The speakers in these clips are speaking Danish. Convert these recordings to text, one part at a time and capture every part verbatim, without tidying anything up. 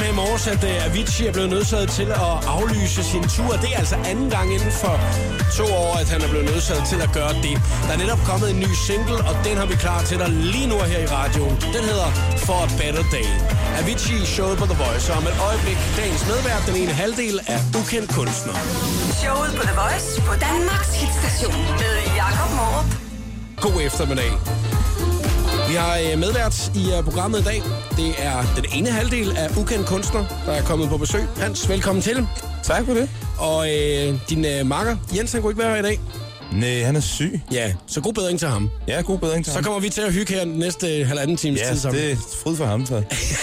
her i morges, at uh, Avicii er blevet nødsaget til at aflyse sin tur. Det er altså anden gang inden for to år, at han er blevet nødsaget til at gøre det. Der er netop kommet en ny single, og den har vi klar til dig lige nu her i radioen. Den hedder For a Better Day. Avicii showet på The Voice, og om et øjeblik dagens medvært, den ene halvdel af Ukendt Kunstner. Showet på The Voice på Danmarks hitstation med Jakob Morup. God eftermiddag. Vi har medvært i programmet i dag. Det er den ene halvdel af Ukendt Kunstner, der er kommet på besøg. Hans, velkommen til. Tak for det. Og øh, din øh, makker, Jens, han kunne ikke være her i dag. Nej, han er syg. Ja, så god bedring til ham. Ja, god bedring til så ham. Så kommer vi til at hygge her næste halvanden times ja, tid sammen. Ja, det er fryd for ham, så.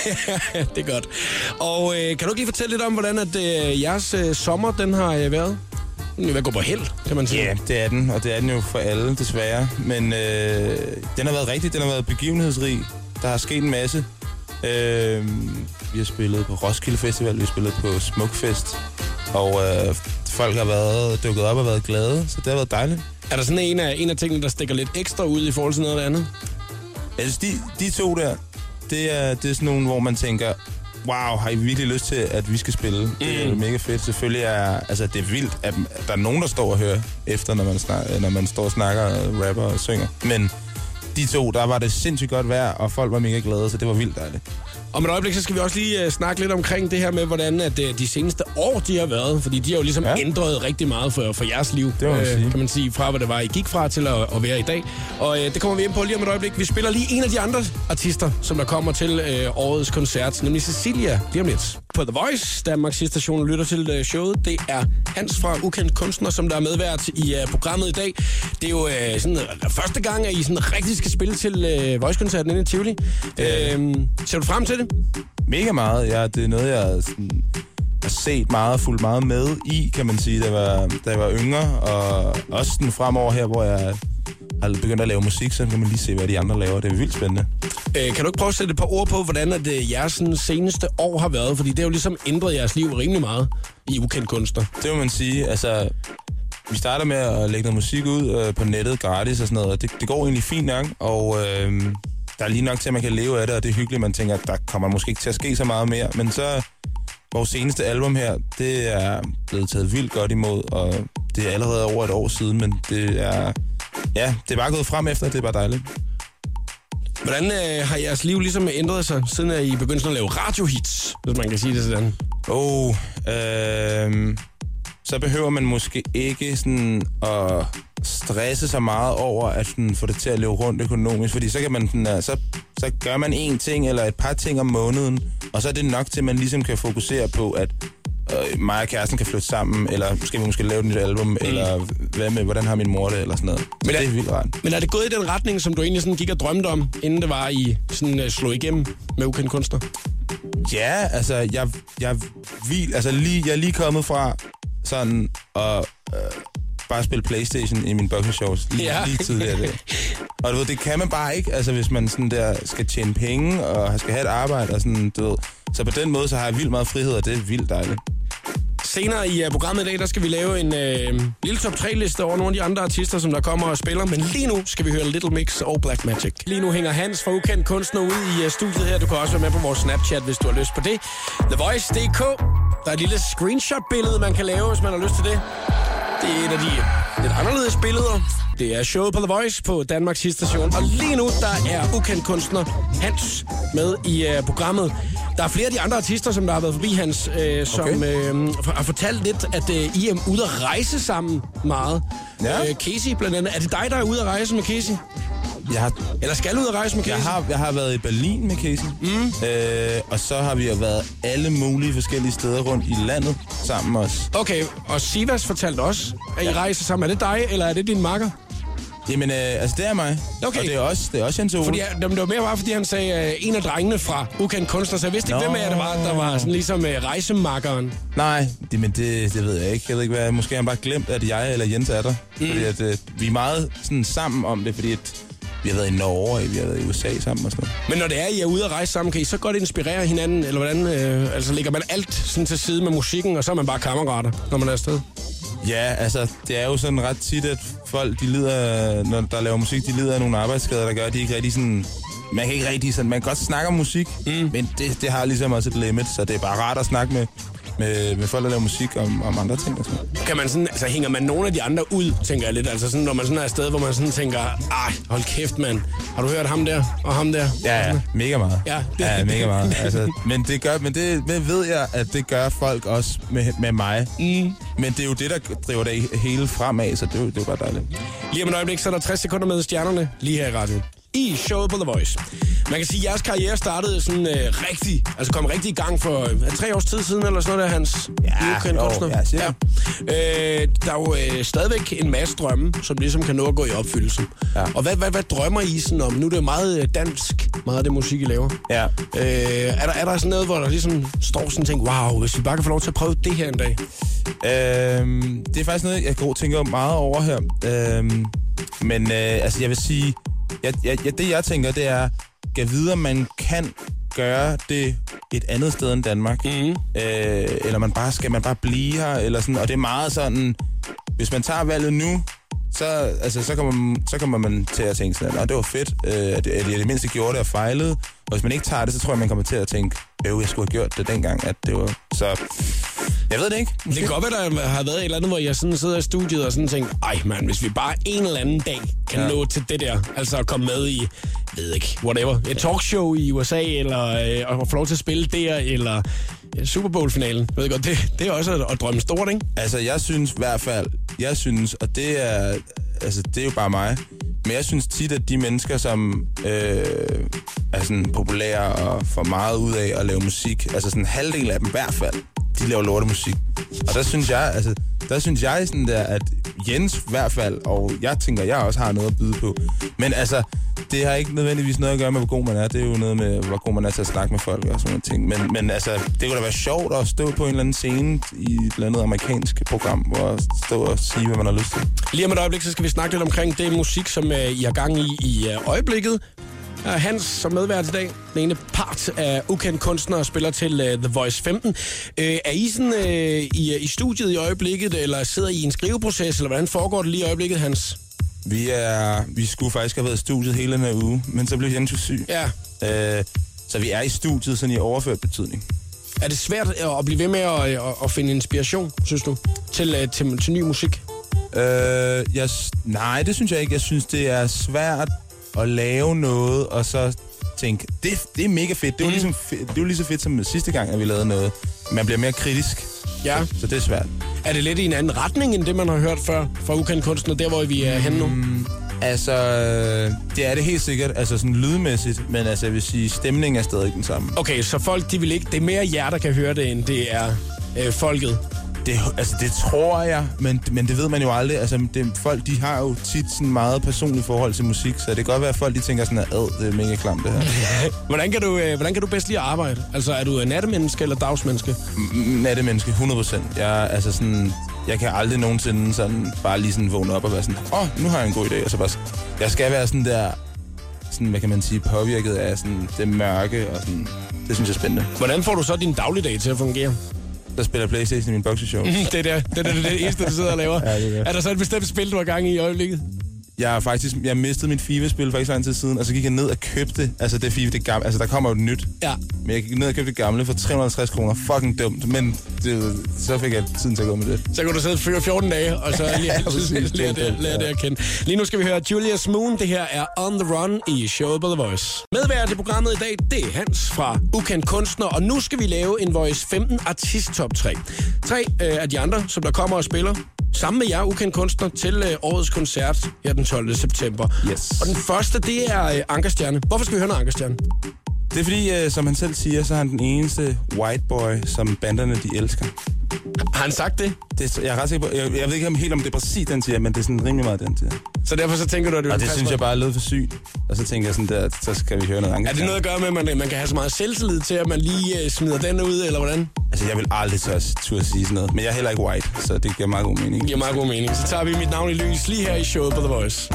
Det er godt. Og øh, kan du ikke lige fortælle lidt om, hvordan at, øh, jeres øh, sommer, den har øh, været? Den er ved at gå på held, kan man sige. Ja, det er den, og det er den jo for alle, desværre. Men øh, den har været rigtig, den har været begivenhedsrig. Der har sket en masse. Øh, vi har spillet på Roskilde Festival, vi har spillet på Smukfest. Og øh, folk har været dukket op og været glade, så det har været dejligt. Er der sådan en af, en af tingene, der stikker lidt ekstra ud i forhold til noget af det andet? Altså, de, de to der, det er, det er sådan nogle, hvor man tænker, wow, har I virkelig lyst til, at vi skal spille? Mm. Det er mega fedt. Selvfølgelig er altså, det er vildt, at der er nogen, der står og hører efter, når man, snak, når man står og snakker, rapper og synger. Men de to, der var det sindssygt godt vejr, og folk var mega glade, så det var vildt dejligt. Om et øjeblik, så skal vi også lige uh, snakke lidt omkring det her med, hvordan at, uh, de seneste år, de har været. Fordi de har jo ligesom ja. ændret rigtig meget for, for jeres liv, det man uh, kan man sige, fra hvad det var, I gik fra til at, at være i dag. Og uh, det kommer vi ind på lige om et øjeblik. Vi spiller lige en af de andre artister, som der kommer til uh, årets koncert, nemlig Cecilia, lige om lidt. På The Voice, Danmarks hitstation, lytter til uh, showet. Det er Hans fra Ukendt Kunstner, som der er medvært i uh, programmet i dag. Det er jo uh, sådan, uh, første gang, at I sådan rigtig skal spille til uh, Voice-koncerten inde i Tivoli. Uh, ser du frem til det? Mega meget. Ja, det er noget, jeg sådan, har set meget og fulgt meget med i, kan man sige, da jeg var, da jeg var yngre. Og også sådan fremover her, hvor jeg har begyndt at lave musik, så kan man lige se, hvad de andre laver. Det er vildt spændende. Øh, kan du ikke prøve at sætte et par ord på, hvordan at, uh, jeres sådan, seneste år har været? Fordi det har jo ligesom ændret jeres liv rimelig meget i Ukendt Kunstner. Det må man sige. Altså, vi starter med at lægge noget musik ud øh, på nettet gratis og sådan noget, og det, det går egentlig fint nok, og øh, der er lige nok til, at man kan leve af det, og det er hyggeligt, man tænker, at der kommer måske ikke til at ske så meget mere, men så vores seneste album her, det er blevet taget vildt godt imod, og det er allerede over et år siden, men det er, ja, det er bare gået frem efter, det er bare dejligt. Hvordan øh, har jeres liv ligesom ændret sig, siden at I begyndte at lave radiohits, hvis man kan sige det sådan? Åh, oh, øh, så behøver man måske ikke sådan at stresse så meget over at sådan, få det til at leve rundt økonomisk, fordi så kan man sådan, så, så gør man én ting eller et par ting om måneden, og så er det nok til, at man ligesom kan fokusere på, at øh, mig og kæresten kan flytte sammen, eller skal vi måske lave et nyt album, mm. eller hvad med, hvordan har min mor det, eller sådan noget. Men er, det er vildt rart. Men er det gået i den retning, som du egentlig sådan gik og drømte om, inden det var, I sådan, uh, slog igennem med Ukendt Kunstner? Ja, altså, jeg, jeg, vil, altså lige, jeg er lige kommet fra sådan, og øh, bare spille PlayStation i min boxershorts lige, ja. lige tidligere det. Og du ved, det kan man bare ikke, altså hvis man sådan der skal tjene penge og skal have et arbejde og sådan, du ved. Så på den måde, så har jeg vildt meget frihed, og det er vildt dejligt. Senere i uh, programmet i dag, der skal vi lave en uh, lille top tre liste over nogle af de andre artister, som der kommer og spiller. Men lige nu skal vi høre Little Mix og Black Magic. Lige nu hænger Hans fra Ukendt Kunstner ude i uh, studiet her. Du kan også være med på vores Snapchat, hvis du har lyst på det. The Voice punktum d k. Der er et lille screenshot-billede, man kan lave, hvis man har lyst til det. Det er et af de lidt anderledes billeder. Det er showet på The Voice på Danmarks hitstation. Og lige nu, der er Ukendt Kunstner Hans med i uh, programmet. Der er flere af de andre artister, som der har været forbi, Hans, øh, som okay. øh, har fortalt lidt, at øh, I er ude at rejse sammen meget. Ja. Øh, Casey blandt andet. Er det dig, der er ude at rejse med Casey? Jeg har, Eller skal ud at rejse med Casey? Jeg har, jeg har været i Berlin med Casey. Mm. Øh, og så har vi jo været alle mulige forskellige steder rundt i landet sammen også. Okay, og Sivas fortalte også, at I ja. rejser sammen. Er det dig, eller er det din makker? Jamen, øh, altså det er mig. Okay. Og det er også, det er også Jens Ole. Fordi, det var mere bare, fordi han sagde øh, en af drengene fra Ukendt Kunstner, så jeg vidste ikke, Nå. hvem af det var, der var sådan ligesom øh, rejsemakkeren. Nej, det, men det, det ved jeg ikke. Jeg ved ikke, hvad. Måske har han bare glemt, at jeg eller Jens er der. Mm. Fordi at, øh, vi er meget sådan sammen om det, fordi at vi har været i Norge, og vi har været i U S A sammen og sådan noget. Men når det er, I er ude at rejse sammen, kan I så godt inspirere hinanden, eller hvordan? Øh, altså lægger man alt sådan til side med musikken, og så er man bare kammerater, når man er afsted? Ja, altså, det er jo sådan ret tit, at folk, de lider, når der laver musik, de lider af nogle arbejdsskader, der gør, at de ikke rigtig sådan man kan ikke rigtig sådan, man kan godt snakke om musik, mm. men det, det har ligesom også et limit, så det er bare rart at snakke med, med, med folk, der laver musik om, om andre ting og sådan. Kan man sådan, altså hænger man nogle af de andre ud, tænker jeg lidt, altså sådan, når man sådan er et sted, hvor man sådan tænker, ej, hold kæft, mand, har du hørt ham der, og ham der? Ja, ja, mega meget. Ja, det. ja mega meget. Altså, men det gør, men det men ved jeg, at det gør folk også med, med mig. Mm. Men det er jo det, der driver det hele fremad, så det er jo, det er jo bare dejligt. Lige om et øjeblik, så er der tres sekunder med stjernerne, lige her i radioen. I showet på The Voice. Man kan sige, at jeres karriere startede sådan øh, rigtig, altså kom rigtig i gang for øh, tre års tid siden, eller sådan noget der, Hans? Ja, jo, ja, ja. Øh, der er jo øh, stadigvæk en masse drømme, som ligesom kan nå at gå i opfyldelse. Ja. Og hvad, hvad, hvad drømmer I sådan om? Nu er det meget dansk, meget af det musik, I laver. Ja. Øh, er, der, er der sådan noget, hvor der ligesom står sådan og tænker, wow, hvis vi bare kan få lov til at prøve det her en dag? Øhm, det er faktisk noget, jeg går tænker meget over her. Øhm, men øh, altså, jeg vil sige, jeg, jeg, jeg, det jeg tænker, det er, kan vide, om man kan gøre det et andet sted end Danmark. Mm-hmm. Øh, eller man bare skal man bare blive her, eller sådan. Og det er meget sådan, hvis man tager valget nu, så, altså, så, kommer, man, så kommer man til at tænke sådan, at det var fedt, øh, at, at jeg det mindste gjorde det og fejlede. Og hvis man ikke tager det, så tror jeg, man kommer til at tænke, øv, jeg skulle have gjort det dengang, at det var... Så jeg ved det ikke. Det kan godt være, der har været et eller andet, hvor jeg sådan sidder i studiet og sådan tænker, ej mand, hvis vi bare en eller anden dag kan ja. nå til det der, altså at komme med i, ved ikke, whatever, et talkshow i U S A, eller øh, at få lov til at spille der, eller ja, Super Bowl-finalen. Ved godt, det, det er også at, at drømme stort, ikke? Altså, jeg synes i hvert fald, jeg synes, og det er, altså, det er jo bare mig, men jeg synes tit, at de mennesker, som øh, er sådan populære og får meget ud af at lave musik, altså sådan en halvdel af dem i hvert fald, de laver lortemusik. Og der synes jeg, altså, der synes jeg sådan der, at Jens i hvert fald, og jeg tænker, jeg også har noget at byde på. Men altså, det har ikke nødvendigvis noget at gøre med, hvor god man er. Det er jo noget med, hvor god man er til at snakke med folk og sådan nogle ting. Men, men altså, det kunne da være sjovt at stå på en eller anden scene i et eller andet amerikansk program, hvor stå og sige, hvad man har lyst til. Lige om et øjeblik, så skal vi snakke lidt omkring det musik, som uh, I har gang i i uh, øjeblikket. Uh, Hans som medvært i dag, den ene part af ukendt kunstnere, spiller til uh, The Voice femten. Uh, er I sådan uh, i, i studiet i øjeblikket, eller sidder I i en skriveproces, eller hvordan foregår det lige i øjeblikket, Hans? Vi er, vi skulle faktisk have været i studiet hele den her uge, men så blev Jens syg. Ja. Uh, så vi er i studiet sådan i overført betydning. Er det svært at blive ved med at, at, at finde inspiration, synes du, til, til, til ny musik? Uh, jeg, nej, det synes jeg ikke. Jeg synes, det er svært at lave noget, og så tænke, det, det er mega fedt. Det var, mm. ligesom fedt. Det var lige så fedt som sidste gang, at vi lavede noget. Man bliver mere kritisk, ja. så, så det er svært. Er det lidt i en anden retning, end det, man har hørt før fra ukendt kunstner, der hvor vi er mm, henne nu? Altså, det er det helt sikkert, altså sådan lydmæssigt, men altså, jeg vil sige, stemningen er stadig den samme. Okay, så folk, de vil ikke, det er mere jer, der kan høre det, end det er øh, folket? Det, altså, det tror jeg, men, men det ved man jo aldrig. Altså, det, folk, de har jo tit sådan meget personligt forhold til musik, så det kan godt være, at folk, de tænker sådan, at det er mega klamt, det her. hvordan, kan du, øh, hvordan kan du bedst lide at arbejde? Altså, er du nattemenneske eller dagsmenneske? M- nattemenneske, hundrede procent. Jeg, altså sådan, jeg kan aldrig nogensinde sådan, bare lige sådan vågne op og være sådan, åh, oh, nu har jeg en god idé, og så bare, jeg skal være sådan der, sådan, hvad kan man sige, påvirket af sådan, det mørke, og sådan, det synes jeg er spændende. Hvordan får du så din dagligdag til at fungere? Der spiller PlayStation i min boxershow. det er der. Det er det, det eneste, du sidder og laver. Ja, det er, er der så et bestemt spil, du har gang i i øjeblikket? Jeg har faktisk, jeg mistede mit FIFA-spil for ikke så lang tid siden, og så gik jeg ned og købte, altså det FIFA, det gamle, altså der kommer jo et nyt. Ja. Men jeg gik ned og købte det gamle for tre hundrede og halvtreds kroner. Fucking dumt, men det, så fik jeg tiden til at gå med det. Så kunne du sidde fjorten dage, og så lige ja, lære det, lære det at kende. Lige nu skal vi høre Julius Moon. Det her er On The Run i showet på The Voice. Medvært i programmet i dag, det er Hans fra Ukendt Kunstner, og nu skal vi lave en Voice femten artist top tre. Tre øh, af de andre, som der kommer og spiller sammen med jer, ukendt kunstner, til øh, årets koncert her den tolvte september. Yes. Og den første, det er øh, Ankerstjerne. Hvorfor skal vi høre noget Ankerstjerne? Det er fordi, øh, som han selv siger, så er han den eneste white boy, som banderne de elsker. Har han sagt det? det jeg er ret sikker på. Jeg, jeg ved ikke helt, om det er præcis den siger, men det er sådan rimelig meget den siger. Så derfor så tænker du, at det er Og det synes jeg bare er lød for sygt. Og så tænker jeg sådan der, så skal vi høre noget Ankerstjerne. Er det noget at gøre med, at man, man kan have så meget selvtillid til, at man lige øh, smider den ud, eller hvordan? Altså, jeg vil aldrig tør, tør sige sådan noget. Men jeg er heller ikke white, så det giver meget god mening. Det giver meget god mening. Så tager vi mit navn i lys lige her i showet på The Voice.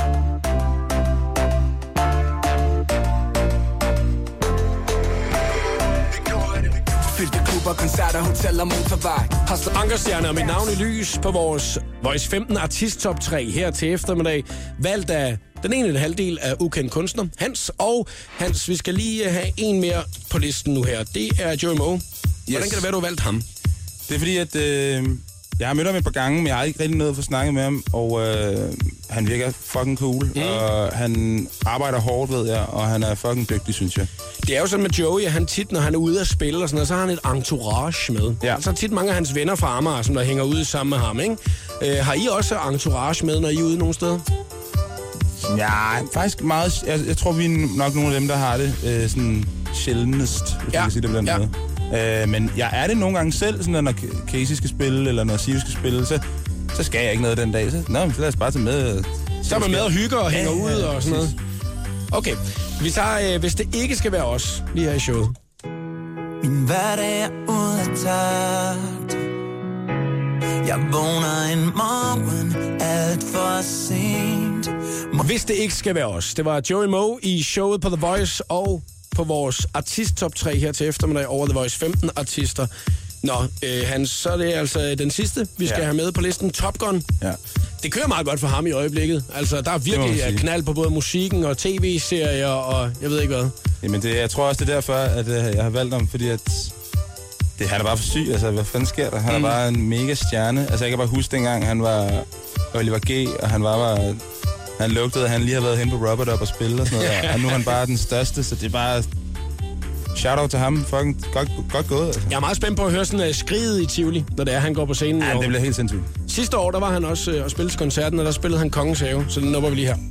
Fyldte klubber, koncerter, hoteller, motorvej. Ankerstjerne og mit navn i lys på vores Voice femten artist top tre her til eftermiddag. Valgt af Den ene halvdel af Ukendt Kunstner, Hans. Og Hans, vi skal lige have en mere på listen nu her. Det er Joey Moe. Hvordan Yes. kan det være, du har valgt ham? Det er fordi, at øh, jeg har mødt ham et par gange, men jeg har ikke rigtig noget for at snakke med ham. Og øh, han virker fucking cool. Mm. Og han arbejder hårdt, ved jeg. Og han er fucking dygtig, synes jeg. Det er jo sådan med Joey, at han tit, når han er ude at spille og sådan noget, så har han et entourage med. Ja. Så er tit mange af hans venner fra Amager, som der hænger ude sammen med ham, ikke? Øh, har I også entourage med, når I er ude nogle steder? Ja, faktisk meget... Jeg, jeg tror, vi er nok nogle af dem, der har det øh, sådan sjældnest, hvis Ja. man kan sige det på den Ja. måde. Øh, men jeg er det nogle gange selv, sådan, at når Casey skal spille, eller når Siv skal spille, så, så skal jeg ikke noget den dag. Så, nå, så lad os bare tage med. Så er man med og hygger og hænger Ja, ud ja, og sådan noget. Okay, vi tager, øh, hvis det ikke skal være os, lige her i showet. Min hverdag er ud af takt. Jeg vågner en morgen alt for sent. Hvis det ikke skal være os. Det var Joey Moe i showet på The Voice og på vores artist-top tre her til eftermiddag over The Voice femten artister. Nå, øh, Hans, så er det altså den sidste, vi skal Ja. have med på listen. Top Gun. Ja. Det kører meget godt for ham i øjeblikket. Altså, der er Det må virkelig man sige. knald på både musikken og tv-serier og jeg ved ikke hvad. Jamen, det, jeg tror også, det er derfor, at øh, jeg har valgt ham, fordi at det, han er bare for syg. Altså, hvad fanden sker der? Han Mm. er bare en mega stjerne. Altså, jeg kan bare huske dengang, han var Oliver G., og han var bare... Han lugtede, at han lige har været hen på Robert Up og spille og sådan noget. Og nu er han bare den største, så det er bare... Shout-out til ham. Fucking godt, godt gået, altså. Jeg er meget spændt på at høre sådan uh, skriget i Tivoli, når det er, han går på scenen. i Ja, år. det bliver helt sindssygt. Sidste år, der var han også uh, og spille til koncerten, og der spillede han Kongens Have, så den nupper vi lige her.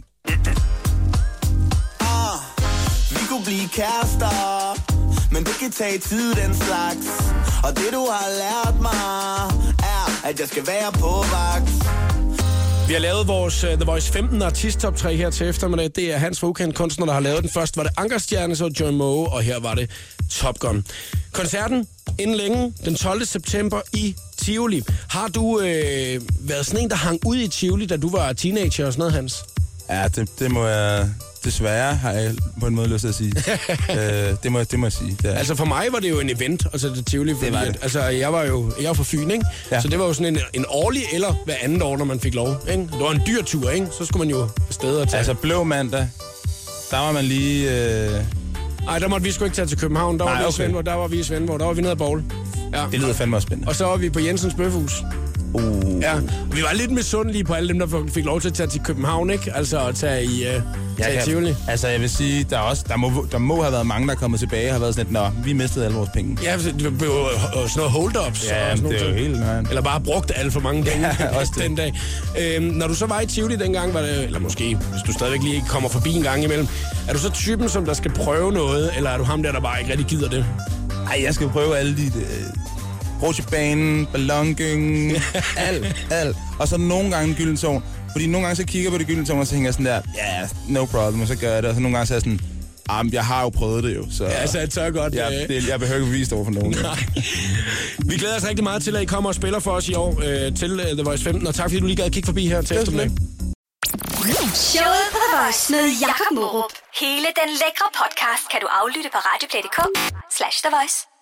Ah, vi kunne blive kærester, men det kan tage tid, den slags. Og det du har lært mig, er, at jeg skal være på vagt. Vi har lavet vores uh, The Voice femten artist-top tre her til eftermiddag. Det er Hans fra Ukendt Kunstner, der har lavet den. Først var det Ankerstjerne, så Joey Moe, og her var det Top Gun. Koncerten inden længe, den tolvte september i Tivoli. Har du øh, været sådan en, der hang ud i Tivoli, da du var teenager og sådan noget, Hans? Ja, det, det må jeg... Desværre har jeg på en måde lyst til at sige. øh, det, må, det må jeg sige. Det er. Altså for mig var det jo en event, altså det Tivoli. Fordi, var det. At, altså jeg var jo jeg var fra Fyn, ikke? Ja. Så det var jo sådan en, en årlig eller hver andet år, når man fik lov, ikke? Det var en dyr tur, ikke? Så skulle man jo afsted og tage. Altså, blå mandag, der var man lige... Øh... Ej, der måtte vi sgu ikke tage til København. Der var Nej, vi i okay. Svendborg, der var vi i Svendborg. Der var vi nede ad Bowl. Ja. Det lyder fandme også spændende. Og så var vi på Jensens Bøfhus. Uh. Ja, og vi var lidt misundelige på alle dem, der fik lov til at tage til København, ikke? Altså at tage i, uh, tage i Tivoli. Altså, jeg vil sige, der, er også, der, må, der må have været mange, der er kommet tilbage og har været sådan lidt, nå, vi mistede alle vores penge. Ja, det var jo sådan noget hold-ups. Ja, og sådan det er jo noget. helt nej. Eller bare brugt alt for mange penge Ja, også det. den dag. Øhm, når du så var i Tivoli dengang, var det, eller måske, hvis du stadigvæk lige kommer forbi en gang imellem, er du så typen, som der skal prøve noget, eller er du ham der, der bare ikke rigtig gider det? Ej, jeg skal prøve alle de... Øh, rutsjebanen, ballongyngen, alt, alt. Og så nogle gange en gylden tårn. Fordi nogle gange så kigger jeg på det gyldne tårn, og så hænger jeg sådan der, ja, yeah, no problem, og så gør jeg det. Og så nogle gange så er jeg sådan, ah, jeg har jo prøvet det jo. Så Ja, altså, jeg tør godt. jeg, øh, det, jeg behøver ikke bevise det over for nogen. Nej. Vi glæder os rigtig meget til, at I kommer og spiller for os i år øh, til uh, The Voice femten. Og tak, fordi du lige gad at kigge forbi her til eftermiddag. Showet på The Voice med Jakob Morup. Hele den lækre podcast kan du aflytte på radioplay punktum d k slash The Voice.